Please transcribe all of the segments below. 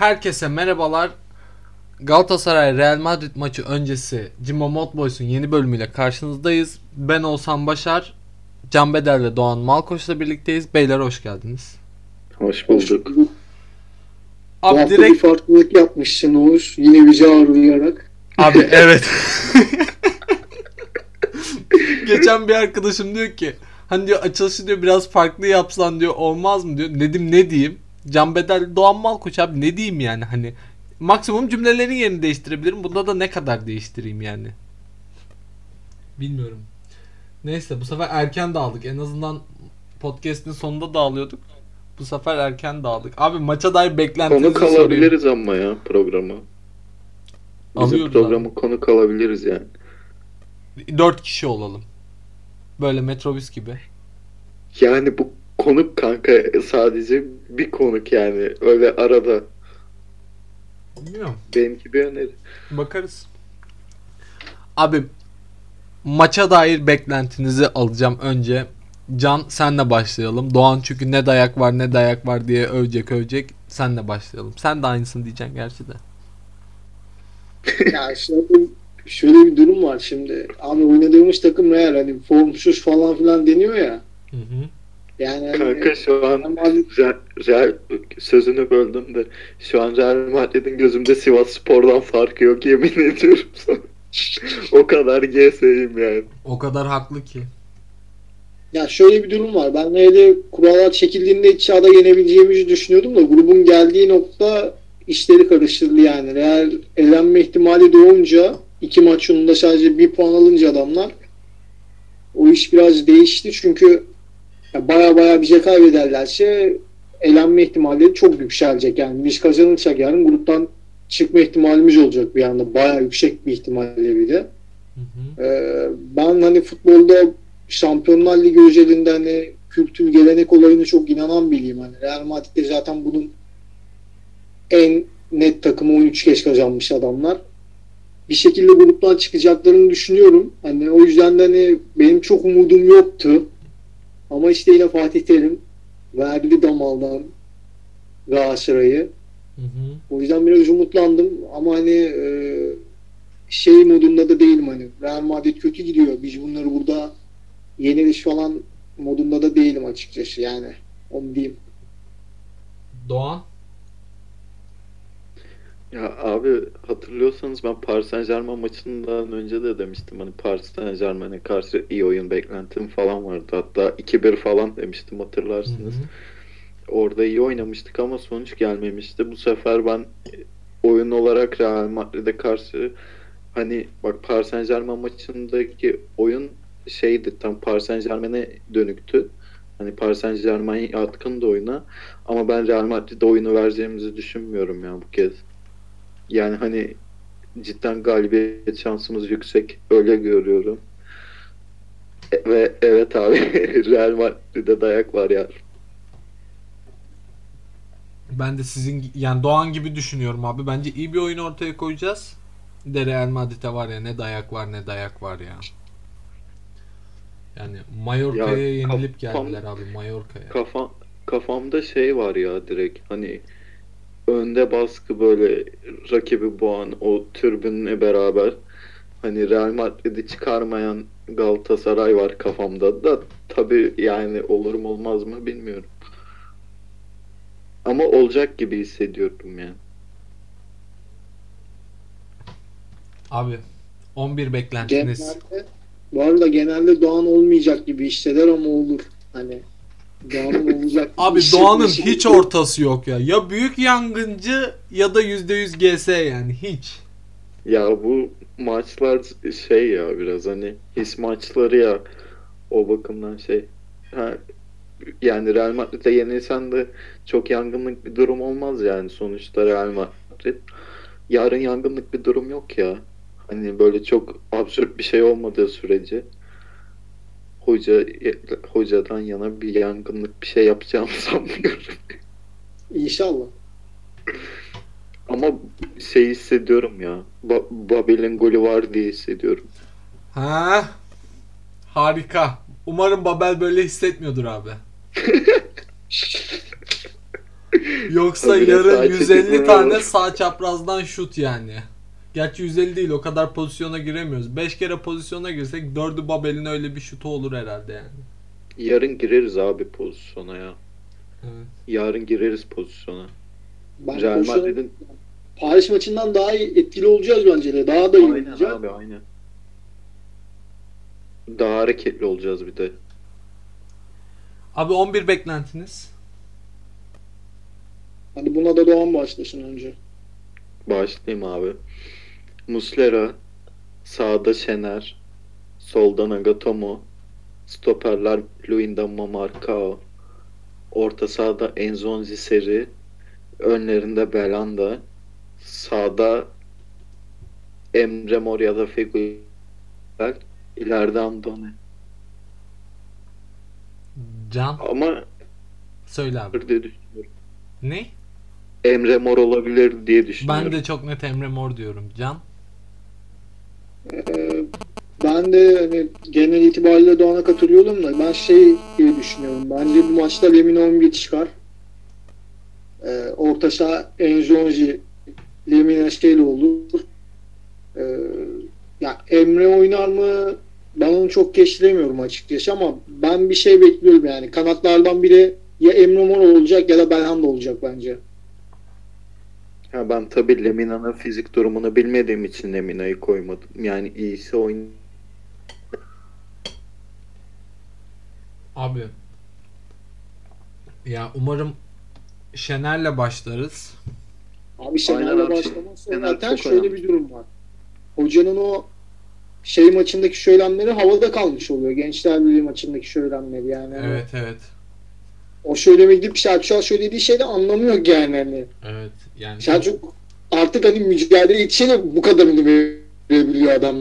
Herkese merhabalar. Galatasaray Real Madrid maçı öncesi Cimo Mod Boys'un yeni bölümüyle karşınızdayız. Ben Oğuzhan Başar, Can Beder ve Doğan Malkoç'la birlikteyiz. Beyler hoş geldiniz. Hoş bulduk. Abi bu hafta direkt... bir farklılık yapmışsın Oğuz. Yine bizi ağırlayarak. Abi evet. Geçen bir arkadaşım diyor ki hani diyor açılışı diyor biraz farklı yapsan diyor olmaz mı diyor. Dedim ne diyeyim? Can Beder, Doğan Malkoç abi ne diyeyim yani hani maksimum cümlelerin yerini değiştirebilirim. Bunda da ne kadar değiştireyim yani? Bilmiyorum. Neyse bu sefer erken dağıldık. En azından podcast'in sonunda dağılıyorduk. Bu sefer erken dağıldık. Abi maça dair beklentinizi Konuk sorayım. alabiliriz ama ya programı. Bizim Alıyoruz programı abi. konuk alabiliriz yani. 4 kişi olalım. Böyle metrobüs gibi. Yani bu konuk kanka sadece bir konuk yani. Öyle arada. Bilmiyorum. Benimki bir öneri. Bakarız. Abi maça dair beklentinizi alacağım önce. Can senle başlayalım. Doğan çünkü ne dayak var ne dayak var diye övecek. Senle başlayalım. Sen de aynısını diyeceksin gerçi de. Ya şöyle bir durum var şimdi. Abi oynadığımız takım Real, hani formsuz falan filan deniyor ya. Hı hı. Yani Kanka şu an Real sözünü böldüm de şu an Real Madrid'in gözümde Sivasspor'dan farkı yok yemin ediyorum sana. O kadar GS'yim yani. O kadar haklı ki. ya şöyle bir durum var. Ben Real'e kurallar çekildiğinde iç sahada yenebileceğimizi düşünüyordum da grubun geldiği nokta işleri karıştırdı yani. Real elenme ihtimali doğunca, iki maç sonunda sadece bir puan alınca adamlar, o iş biraz değişti çünkü baya bir şey kaybederlerse elenme ihtimalleri çok yükselecek. Yani biz kazanırsak yarın gruptan çıkma ihtimalimiz olacak bir anda. Baya yüksek bir ihtimalle bir de. Hı hı. Ben hani futbolda Şampiyonlar Ligi özelinde hani kültür, gelenek olayına çok inanan biriyim. Hani Real Madrid'de zaten bunun en net takımı 13 kez kazanmış adamlar. Bir şekilde gruptan çıkacaklarını düşünüyorum. Hani o yüzden de hani benim çok umudum yoktu. Ama işte yine Fatih Terim verdi damaldan Galatasaray'ı. Hı hı. O yüzden biraz umutlandım. Ama hani şey modunda da değilim hani. Real Madrid kötü gidiyor. Biz bunları burada yeneriz falan modunda da değilim açıkçası yani. Onu diyeyim. Doğan. Ya abi hatırlıyorsanız ben Paris Saint-Germain maçından önce de demiştim hani Paris Saint-Germain'e karşı iyi oyun beklentim falan vardı. Hatta 2-1 falan demiştim Hı hatırlarsınız. hı. Orada iyi oynamıştık ama sonuç gelmemişti. Bu sefer ben oyun olarak Real Madrid'e karşı hani bak Paris Saint-Germain maçındaki oyun şeydi tam Paris Saint-Germain'e dönüktü. Hani Paris Saint-Germain yatkındı oyuna ama ben Real Madrid'e oyunu vereceğimizi düşünmüyorum ya bu kez. Yani hani cidden galibiyet şansımız yüksek. Öyle görüyorum. Ve evet abi Real Madrid'de dayak var ya. Ben de sizin yani Doğan gibi düşünüyorum abi. Bence iyi bir oyun ortaya koyacağız. De Real Madrid'e var ya ne dayak var ne dayak var ya. Yani Ya Mallorca'ya yenilip kafam, geldiler abi Mallorca'ya. kafam, kafamda şey var ya direkt hani önde baskı böyle rakibi boğan o türbünle beraber hani Real Madrid'i çıkarmayan Galatasaray var kafamda da tabii yani olur mu olmaz mı bilmiyorum. Ama olacak gibi hissediyorum yani. Abi 11 beklentiniz. Genelde bu arada genelde Doğan olmayacak gibi hisseder ama olur. Hani Doğan'ın olacak gibi Abi Doğan'ın hissetmesi hiç ortası yok ya. Ya büyük yangıncı ya da %100 GS yani hiç. Ya bu maçlar şey ya biraz hani his maçları ya o bakımdan şey. Ha, yani Real Madrid'e yenilsen de çok yangınlık bir durum olmaz yani sonuçta Real Madrid. Yarın yangınlık bir durum yok ya. Hani böyle çok absürt bir şey olmadığı sürece hoca hocadan yana bir yangınlık bir şey yapacağımı sanmıyorum. İnşallah. Ama şey hissediyorum ya. Babel'in golü var diye hissediyorum. Ha? Harika. Umarım Babel böyle hissetmiyordur abi. Yoksa Tabii de yarın sağ 150 çekip tane vuralım. sağ çaprazdan şut yani. Gerçi 150 değil, o kadar pozisyona giremiyoruz. 5 kere pozisyona girsek 4'ü Babel'in öyle bir şutu olur herhalde yani. Yarın gireriz abi pozisyona ya. Evet. Yarın gireriz pozisyona. Ben Real pozisyona- Madrid'in Paris maçından daha iyi etkili olacağız bence de. Daha da iyi aynen olacağız. abi aynen. Daha hareketli olacağız bir de. Abi 11 beklentiniz? Hadi buna da Doğan başlasın önce. Başlayayım abi. Muslera, sağda Şener, solda Nagatomo, stoperler Luyendama Marcao, orta sahada Enzonzi Seri, önlerinde Belanda, sağda Emre Mor ya da Fegül, ileride Andone. Can Ama söyle abi. diye düşünüyorum. Ne? Emre Mor olabilir diye düşünüyorum. Ben de çok net Emre Mor diyorum. Can? Ben de hani genel itibariyle Doğan'a katılıyorum da ben şey diye düşünüyorum. Bence bu maçta Lemina 11 çıkar. Orta saha Enzonzi, Lemina şeyle olur. Ya Emre oynar mı? Ben onu çok kestiremiyorum açıkçası ama ben bir şey bekliyorum yani. Kanatlardan biri ya Emre Mor olacak ya da Belhanda olacak bence. Ha, ben tabii Lemina'nın fizik durumunu bilmediğim için Lemina'yı koymadım. Yani iyisi oyun. Abi. Ya umarım Şener'le başlarız. Abi Aynen Şener'le abi, başlamazsa Şener zaten çok şöyle önemli. bir durum var. Hocanın o şey maçındaki söylemleri havada kalmış oluyor. Gençler Birliği maçındaki söylemleri yani. Hani Evet evet. o söyleme gidip Selçuk'a söylediği şeyde anlamıyor yani. Hani Evet. Yani Selçuk artık hani mücadele içine bu kadarını verebiliyor adam.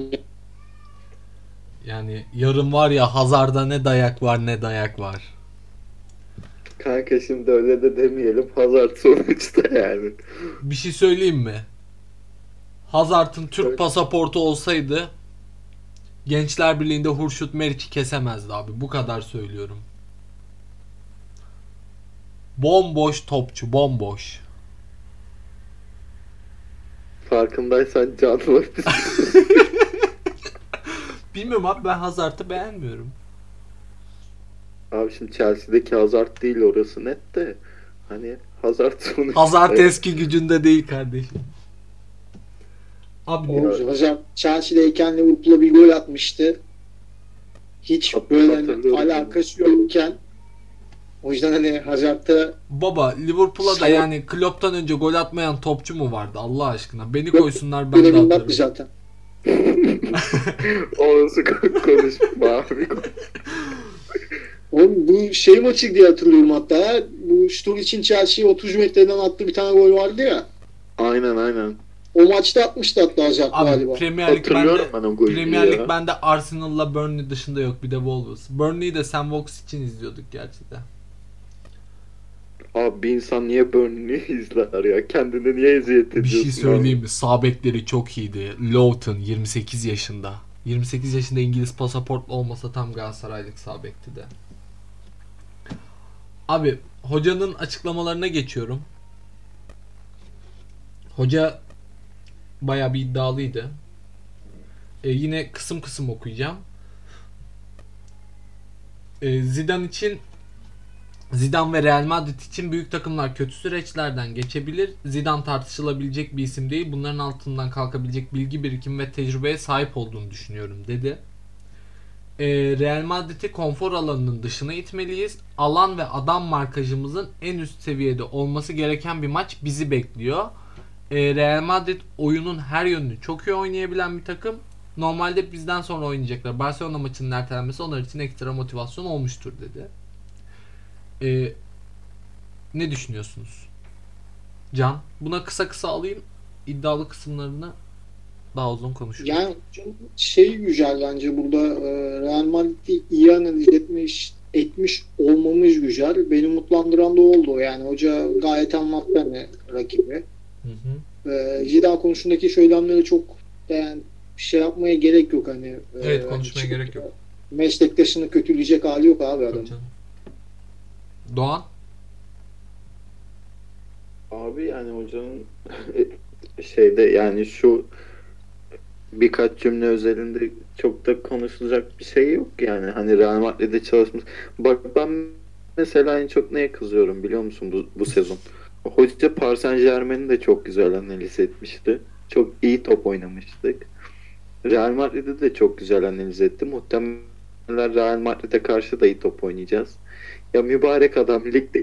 yani yarın var ya, Hazard'a ne dayak var ne dayak var. Kanka şimdi öyle de demeyelim. Hazard sonuçta yani. Bir şey söyleyeyim mi? Hazard'ın Türk Evet. pasaportu olsaydı Gençler Birliği'nde Hurşut Meriç'i kesemezdi abi. Bu kadar söylüyorum. Bomboş topçu, bomboş. Farkındaysan canlı. Bilmiyorum abi, ben Hazard'ı beğenmiyorum. Abi şimdi Chelsea'deki Hazard değil, orası net de. Hani Hazard sonuçta. Hazard eski gücünde değil kardeşim. Abi Evet. Hocam Chelsea'deyken Liverpool'a bir gol atmıştı. Hiç böyle hani Hatırlıyorum. alakası yokken o yüzden hani Hazard'a baba, Liverpool'a da Salak. yani Klopp'tan önce gol atmayan topçu mu vardı Allah aşkına? Beni Yok, koysunlar, ben de döneminde atarım. attı zaten. Orası konuşma abi. Oğlum bu şey maçı diye hatırlıyorum hatta ya. Bu Sturridge'in Chelsea'ye 30 metreden attığı bir tane gol vardı ya. Aynen aynen. O maçta atmıştı hatta Hazard Abi galiba. Premier Lig Hatırlıyorum bende, ben o golü Premier Lig ya. bende Arsenal'la Burnley dışında yok, bir de Wolves. Burnley'i de Sam Vokes için izliyorduk gerçi de. Abi bir insan niye Burnley'i izler ya? Kendine niye eziyet Bir ediyorsun? şey söyleyeyim mi? Sağ bekleri çok iyiydi. Lowton 28 yaşında. 28 yaşında İngiliz pasaportlu olmasa tam Galatasaraylık sağ bekti de. Abi hocanın açıklamalarına geçiyorum. Hoca bayağı bir iddialıydı. Yine kısım kısım okuyacağım. Zidane için, Zidane ve Real Madrid için büyük takımlar kötü süreçlerden geçebilir. Zidane tartışılabilecek bir isim değil. Bunların altından kalkabilecek bilgi birikimi ve tecrübeye sahip olduğunu düşünüyorum dedi. Real Madrid'i konfor alanının dışına itmeliyiz. Alan ve adam markajımızın en üst seviyede olması gereken bir maç bizi bekliyor. Real Madrid oyunun her yönünü çok iyi oynayabilen bir takım. Normalde bizden sonra oynayacaklar. Barcelona maçının ertelenmesi onlar için ekstra motivasyon olmuştur dedi. Ne düşünüyorsunuz? Can, buna kısa kısa alayım. İddialı kısımlarını daha uzun konuşuruz. Yani şey güzel bence burada Real Madrid'i iyi analiz etmiş olmamız güzel. Beni mutlandıran da oldu. Yani hoca gayet anlattı hani rakibi. Hı hı. Zidane konusundaki söylemleri çok yani şey yapmaya gerek yok hani. Evet, konuşmaya çıkıp gerek yok. Meslektaşını kötüleyecek hali yok abi adam. Tabii canım. Doğan? Abi yani hocanın şeyde yani şu birkaç cümle özelinde çok da konuşulacak bir şey yok yani. Hani Real Madrid'de çalışmış. Bak ben mesela en çok neye kızıyorum biliyor musun bu sezon? Hoca Paris Saint-Germain'i de çok güzel analiz etmişti. Çok iyi top oynamıştık. Real Madrid'i de çok güzel analiz etti. Muhtemelen Real Madrid'e karşı da iyi top oynayacağız. Ya mübarek adam ligde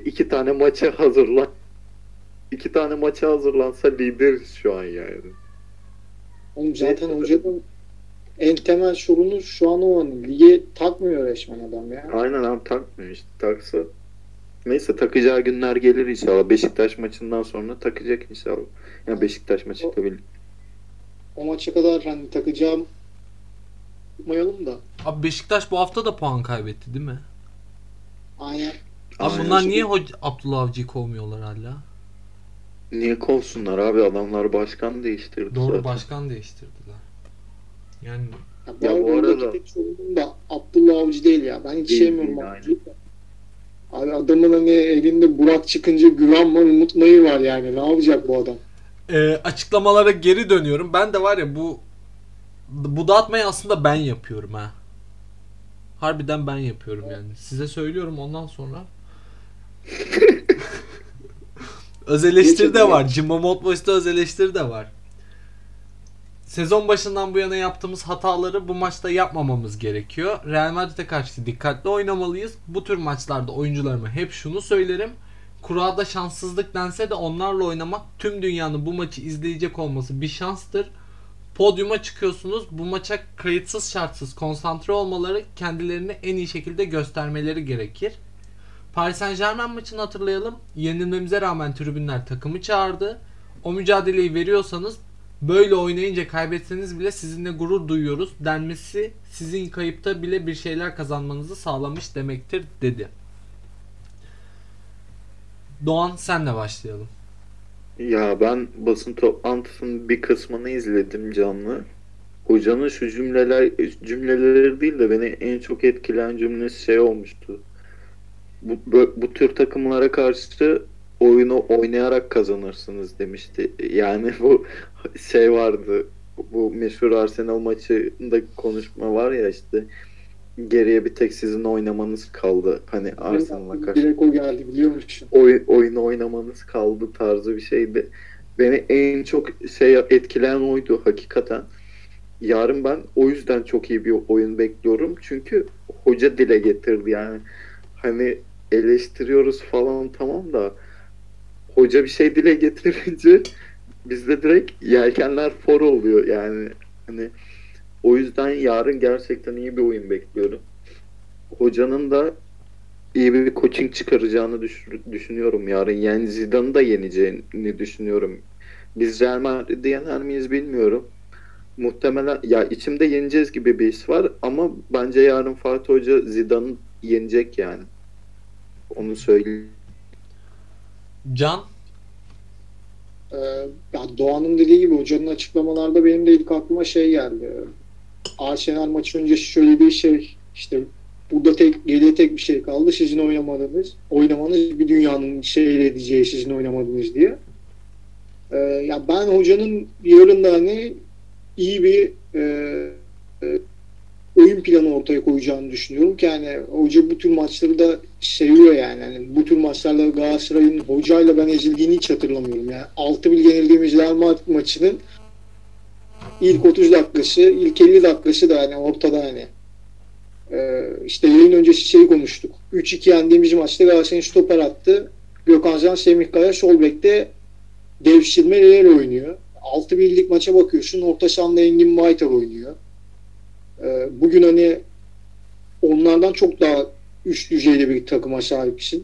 iki tane maça hazırlansa lideriz şu an yani. Oğlum zaten hocanın en temel sorunu şu an o, hani lige takmıyor resmen adam ya. Aynen abi takmıyor işte. Taksa. Neyse takacağı günler gelir inşallah. Beşiktaş maçından sonra takacak inşallah. Yani Beşiktaş maçı tabii. O maça kadar hani takacağım yapmayalım da. Abi Beşiktaş bu hafta da puan kaybetti değil mi? Aynen. Abi Aynen. bunlar niye Abdullah Avcı'yı kovmuyorlar hala? Niye kovsunlar abi? Adamlar başkan değiştirdi Doğru, zaten. başkan değiştirdiler. Yani Ya bu arada- tek sorunum da Abdullah Avcı değil ya. Ben hiç Değil, sevmiyorum değil, Avcı'yı da. Abi adamın hani elinde Burak çıkınca güven var, umut nayı var yani. Ne yapacak bu adam? açıklamalara geri dönüyorum. Ben de var ya bu dağıtmayı aslında ben yapıyorum ha. Harbiden ben yapıyorum yani. Size söylüyorum ondan sonra. Öz eleştiri de var. Jimbo Montmoren'da öz eleştiri de var. Sezon başından bu yana yaptığımız hataları bu maçta yapmamamız gerekiyor. Real Madrid'e karşı dikkatli oynamalıyız. Bu tür maçlarda oyuncularıma hep şunu söylerim. Kurada şanssızlık dense de onlarla oynamak, tüm dünyanın bu maçı izleyecek olması bir şanstır. Podyuma çıkıyorsunuz. Bu maça kayıtsız şartsız konsantre olmaları, kendilerini en iyi şekilde göstermeleri gerekir. Paris Saint-Germain maçını hatırlayalım. Yenilmemize rağmen tribünler takımı çağırdı. O mücadeleyi veriyorsanız, böyle oynayınca kaybetseniz bile sizinle gurur duyuyoruz denmesi sizin kayıpta bile bir şeyler kazanmanızı sağlamış demektir dedi. Doğan, senle başlayalım. Ya ben basın toplantısının bir kısmını izledim canlı. Hocanın şu cümleleri değil de beni en çok etkileyen cümlesi şey olmuştu. Bu tür takımlara karşı oyunu oynayarak kazanırsınız demişti. Yani bu şey vardı. Bu meşhur Arsenal maçında konuşma var ya işte geriye bir tek sizin oynamanız kaldı. Hani Arsenal'a karşı Direkt o geldi biliyor musun? oyunu oynamanız kaldı tarzı bir şeydi. Beni en çok etkileyen oydu hakikaten. Yarın ben o yüzden çok iyi bir oyun bekliyorum. Çünkü hoca dile getirdi yani. Hani eleştiriyoruz falan tamam da hoca bir şey dile getirince bizde direkt yelkenler for oluyor yani. Hani o yüzden yarın gerçekten iyi bir oyun bekliyorum. Hocanın da iyi bir coaching çıkaracağını düşünüyorum yarın. Yani Zidane'ı da yeneceğini düşünüyorum. Biz Real Madrid'i yener miyiz bilmiyorum. Muhtemelen ya içimde yeneceğiz gibi bir his var ama bence yarın Fatih Hoca Zidane'ı yenecek yani. Onu söyleyeyim. Can? Ya Doğan'ın dediği gibi hocanın açıklamalarda benim de ilk aklıma şey geldi. Arsenal maçı öncesi şöyle bir şey işte burada geriye tek bir şey kaldı. Sizin oynamanız bir dünyanın edeceği sizin oynamadınız diye. Ya ben hocanın yarın da hani iyi bir oyun planı ortaya koyacağını düşünüyorum ki yani hoca bu tür maçları da seviyor yani. Yani bu tür maçlarda Galatasaray'ın hocayla ben ezildiğini hiç hatırlamıyorum. Yani 6-1 yenildiğimiz Real Madrid maçının ilk 30 dakikası, ilk 50 dakikası da hani ortada hani. İşte yayın öncesi şeyi konuştuk. 3-2 yendiğimiz maçta Galatasaray'ın stoper attı. Gökhan Can, Semih Kaya sol bekte devşirme Real oynuyor. 6-1'lik maça bakıyorsun. Orta sahada Engin Baytar oynuyor. Bugün hani onlardan çok daha üst düzeyde bir takıma sahipsin.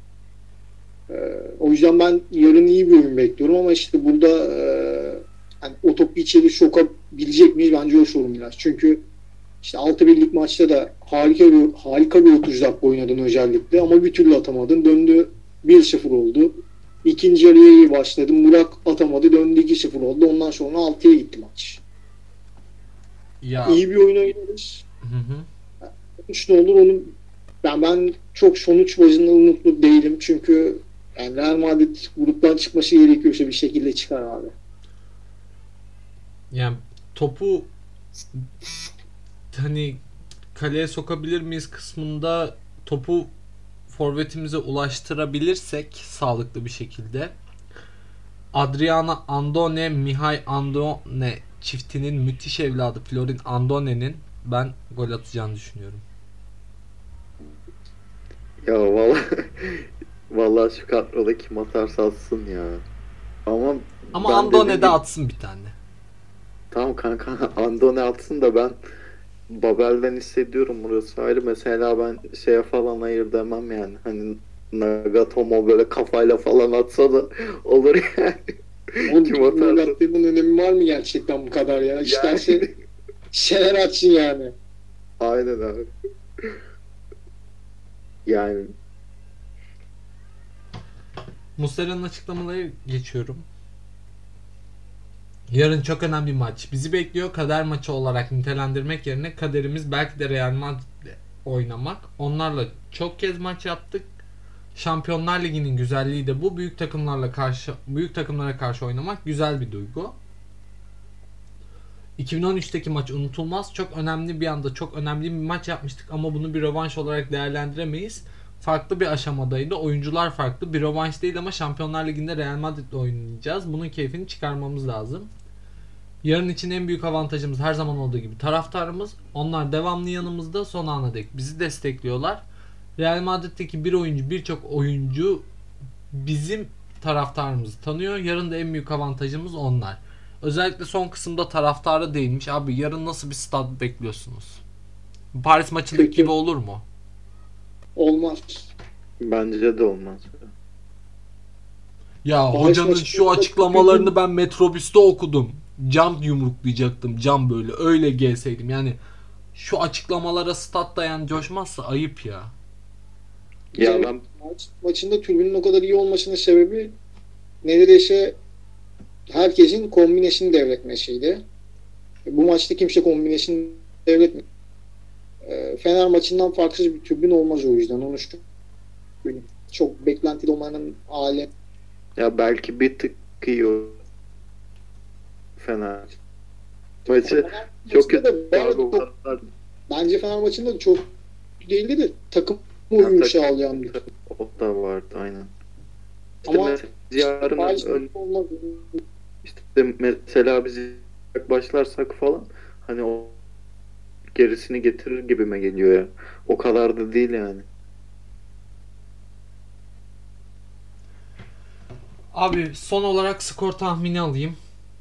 O yüzden ben yarın iyi bir oyun bekliyorum ama işte burada hani o topu içeri sokabilecek miyiz? Bence o sorun biraz. Çünkü işte 6-1'lik maçta da harika bir 30 dakika oynadın özellikle ama bir türlü atamadın. Döndü 1-0 oldu. İkinci yarıya iyi başladı. Burak atamadı. Döndü 2-0 oldu. Ondan sonra 6'ya gitti maç. Ya. İyi bir oyun oynarız. Hı. Sonuç ne olur onu ben çok sonuç bazında umutlu değilim. Çünkü Yani Real Madrid gruptan çıkması gerekiyorsa bir şekilde çıkar abi. Yani topu hani kaleye sokabilir miyiz kısmında topu forvetimize ulaştırabilirsek sağlıklı bir şekilde Adriana Andone, Mihay Andone çiftinin müthiş evladı Florin Andone'nin ben gol atacağını düşünüyorum. Ya vallahi vallahi şu kadroda kim atarsa atsın ya. Ama Ama ben Andone dediğim de gibi, atsın bir tane. tamam kanka Andone atsın da ben Babel'den hissediyorum burası ayrı. Mesela ben şeye falan hayır demem yani. Hani Nagatomo böyle kafayla falan atsa da olur yani. Oğlum Kim gol atarsa. attığının önemi var mı gerçekten bu kadar ya? İsterse Yani şeyler açsın yani. aynen abi. Yani Muslera'nın açıklamaları geçiyorum. Yarın çok önemli maç. Bizi bekliyor. Kader maçı olarak nitelendirmek yerine kaderimiz belki de Real Madrid'le oynamak. Onlarla çok kez maç yaptık. Şampiyonlar Ligi'nin güzelliği de bu. Büyük takımlara karşı oynamak güzel bir duygu. 2013'teki maç unutulmaz. Çok önemli bir anda çok önemli bir maç yapmıştık ama bunu bir rövanş olarak değerlendiremeyiz. Farklı bir aşamadaydı. Oyuncular farklı. Bir rövanş değil ama Şampiyonlar Ligi'nde Real Madrid'le oynayacağız. Bunun keyfini çıkarmamız lazım. Yarın için en büyük avantajımız her zaman olduğu gibi taraftarımız. Onlar devamlı yanımızda son ana dek bizi destekliyorlar. Real Madrid'deki birçok oyuncu bizim taraftarımızı tanıyor. Yarın da en büyük avantajımız onlar. Özellikle son kısımda taraftarı değinmiş. Abi yarın nasıl bir stat bekliyorsunuz? Paris maçındaki Kötü. gibi olur mu? Olmaz. bence de olmaz. Ya Paris hocanın maçında şu açıklamalarını ben metrobüste okudum. Cam yumruklayacaktım. Cam böyle. Öyle gelseydim. Yani şu açıklamalara stat dayan coşmazsa ayıp ya. Ya ben Maçında tribünün o kadar iyi olmasının sebebi neredeyse herkesin kombinasyon devretmesiydi. Bu maçta kimse kombinasyon devretmedi. Fener maçından farksız bir tribün olmaz o yüzden. Onu söyleyeyim. Çok beklentili olmanın alem. ya belki bir tık iyi o Fener maçı çok kötü abi o kadar. Bence Fener maçında da çok değildi de takım uyumu sağlayan bir. O da vardı aynen. İşte Ama mesela yarın Paris olmaz. işte mesela biz başlarsak falan hani o gerisini getirir gibime geliyor ya. O kadar da değil yani. Abi son olarak skor tahmini alayım.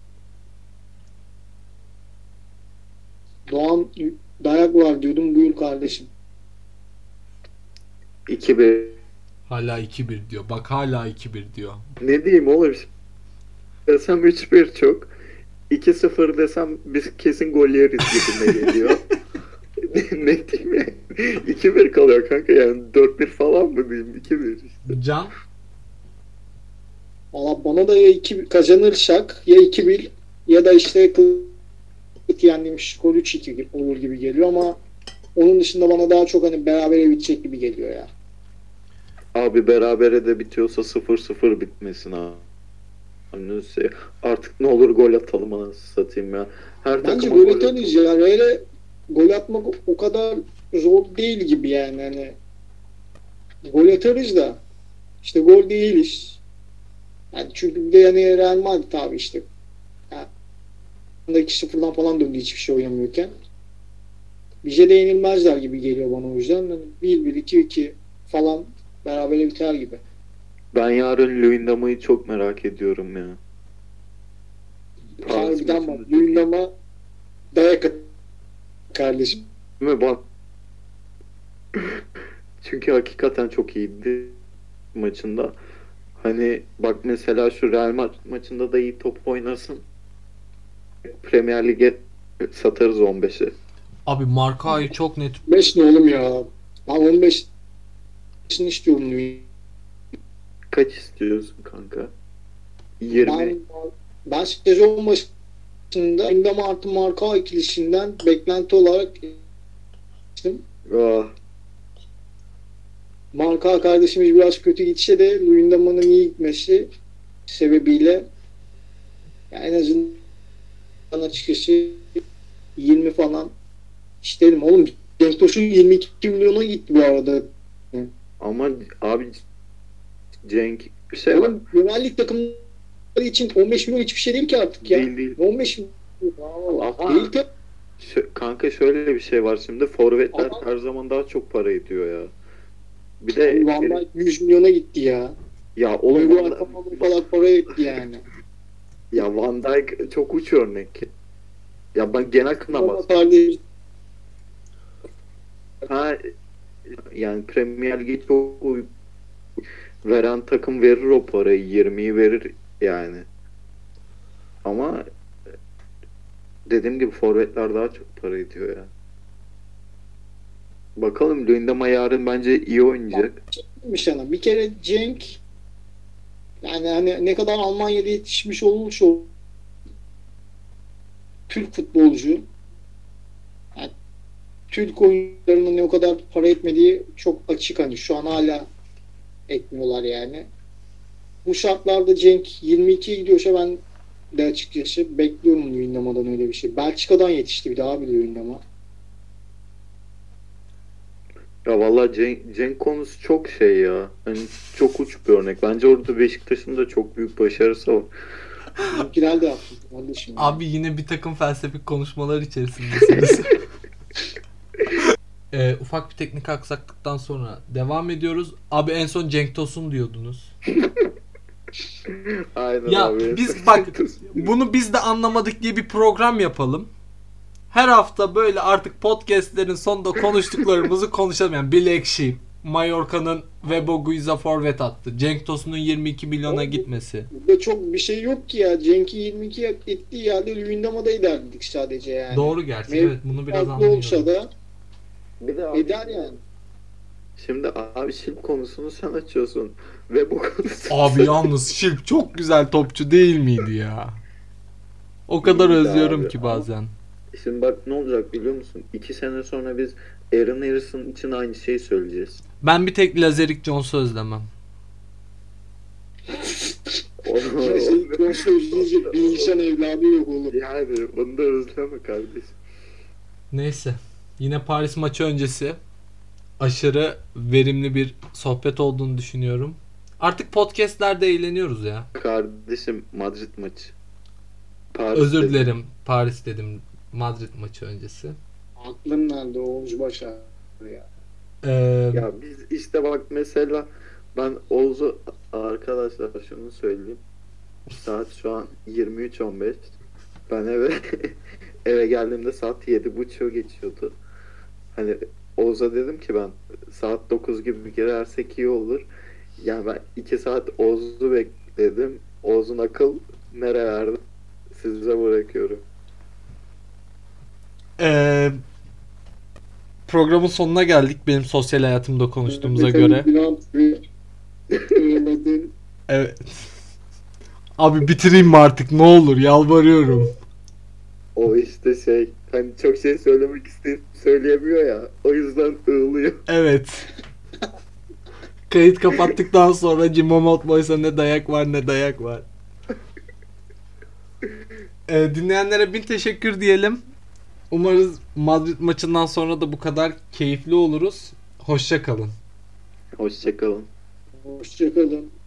Doğan dayak var diyordum. Buyur kardeşim. 2-1. Hala 2-1 diyor. Bak hala 2-1 diyor. Ne diyeyim oğlum? Desem 3-1 çok. 2-0 desem biz kesin gol yeriz gibime geliyor. Ne diyeyim ya? 2-1 kalıyor kanka yani 4-1 falan mı diyeyim? 2-1 işte. Can Valla bana da ya 2 kazanırsak ya 2-1 ya da işte yendiğim skor 3-2 olur gibi geliyor ama onun dışında bana daha çok hani berabere bitecek gibi geliyor ya. Abi berabere de bitiyorsa 0-0 bitmesin abi. Hani artık ne olur gol atalım anasını satayım ya. Her Bence takıma gol gol atarız atalım. ya. Öyle gol atmak o kadar zor değil gibi yani. Hani gol atarız da işte gol değiliz. Yani çünkü bir de yani Real Madrid abi işte. Yani 2-0'dan falan döndü hiçbir şey oynamıyorken. Bize de yenilmezler gibi geliyor bana o yüzden. Yani 1-1, 2-2 falan berabere biter gibi. Ben yarın Luyendam'ı çok merak ediyorum ya. Paris Harbiden maçında bak. çok iyi. Luyendam'a dayak at kardeşim. Değil mi? Bak. Çünkü hakikaten çok iyiydi maçında. Hani bak mesela şu Real maçında da iyi top oynasın. Premier Lig'e satarız 15'i. abi Marka'yı çok net 5 ne oğlum ya? Ben 15'ini istiyorum Luyendam'a. Kaç istiyorsun kanka? 20. Ben sezon başında Endam artı Marka ikilisinden beklenti olarak Ah, Marka kardeşimiz biraz kötü gitse de Luyendama'nın iyi gitmesi sebebiyle yani en azından açıkçası 20 falan isterim. Oğlum Cenk Tosun 22 milyona gitti bu arada. Ama abi Cenk bir şey var. Oğlum Premier Lig takımları için 15 milyon hiçbir şey değil ki artık ya. Değil. 15 milyon. Ama Değil ki. kanka şöyle bir şey var şimdi. Forvetler Ama- her zaman daha çok para ediyor ya. Bir de Van Dijk 100 milyona gitti ya. ya oğlum Bu arkama bu kadar para etti yani. ya Van Dijk çok uç örnek. Ya ben genel kınamaz. Kardeş, Ha yani Premier Lig'e çok veren takım verir o parayı. 20'yi verir yani. Ama dediğim gibi forvetler daha çok para ediyor ya. Bakalım Luyendama yarın bence iyi oynayacak. bir kere Cenk yani hani ne kadar Almanya'da yetişmiş olmuş o Türk futbolcu. Yani Türk oyuncularının ne o kadar para etmediği çok açık, hani şu an hala etmiyorlar yani. Bu şartlarda Cenk 22'ye gidiyorsa ben de açıkçası bekliyorum Luyendama'dan öyle bir şey. Belçika'dan yetişti bir daha bir Luyendama. Ya vallahi Cenk konusu çok şey ya. Hani çok uç bir örnek. Bence orada Beşiktaş'ın da çok büyük başarısı var. Bizimkiler de yaptı kardeşim. Abi yine bir takım felsefik konuşmalar içerisindesiniz. Ufak bir teknik aksaklıktan sonra devam ediyoruz. Abi en son Cenk Tosun diyordunuz. Aynen Ya abi. biz bak bunu biz de anlamadık diye bir program yapalım. Her hafta böyle artık podcastlerin sonunda konuştuklarımızı konuşalım. Yani Black Sheep, Mallorca'nın Webo Guiza forvet attı. Cenk Tosun'un 22 milyona gitmesi. Burada çok bir şey yok ki ya. Cenk'i 22 ettiği yerde Luyendama'da ederdik sadece yani. Doğru gerçi. Mevcut Evet, bunu biraz farklı olsa anlıyorum. da Bir de abi, eder yani. şimdi abi Şilp konusunu sen açıyorsun. Ve bu konusu Abi yalnız Şilp çok güzel topçu değil miydi ya? O kadar İyiydi özlüyorum abi, ki ama- bazen. Şimdi bak ne olacak biliyor musun? 2 sene sonra biz Aaron Harrison için aynı şeyi söyleyeceğiz. Ben bir tek Lazeric Jones'u özlemem. Son söyleyecek bir insan evladı yok oğlum. Yani bunu da özleme kardeşim. Neyse. Yine Paris maçı öncesi aşırı verimli bir sohbet olduğunu düşünüyorum. Artık podcastlerde eğleniyoruz ya. Kardeşim Madrid maçı. Paris Özür dedim. dilerim. Paris dedim. Madrid maçı öncesi. Aklın nerede Oğuz Başar ya. Ya biz işte bak mesela ben Oğuz'u arkadaşlar şunu söyleyeyim. Saat şu an 23:15. Ben eve geldiğimde saat 7:30 geçiyordu. Hani Oğuz'a dedim ki ben saat 9 gibi girersek iyi olur. Yani ben 2 saat Oğuz'u bekledim. Oğuz'un akıl nerelerde? Size bırakıyorum. Programın sonuna geldik. Benim sosyal hayatımda konuştuğumuza göre. Evet. Abi bitireyim mi artık? Ne olur yalvarıyorum. O işte şey hani çok şey söylemek isteyip söyleyemiyor ya. O yüzden ığlıyor. Evet. Kayıt kapattıktan sonra Jimbo Motboys'a ne dayak var ne dayak var. Dinleyenlere bin teşekkür diyelim. Umarız Madrid maçından sonra da bu kadar keyifli oluruz. Hoşça kalın. Hoşçakalın. Hoşçakalın.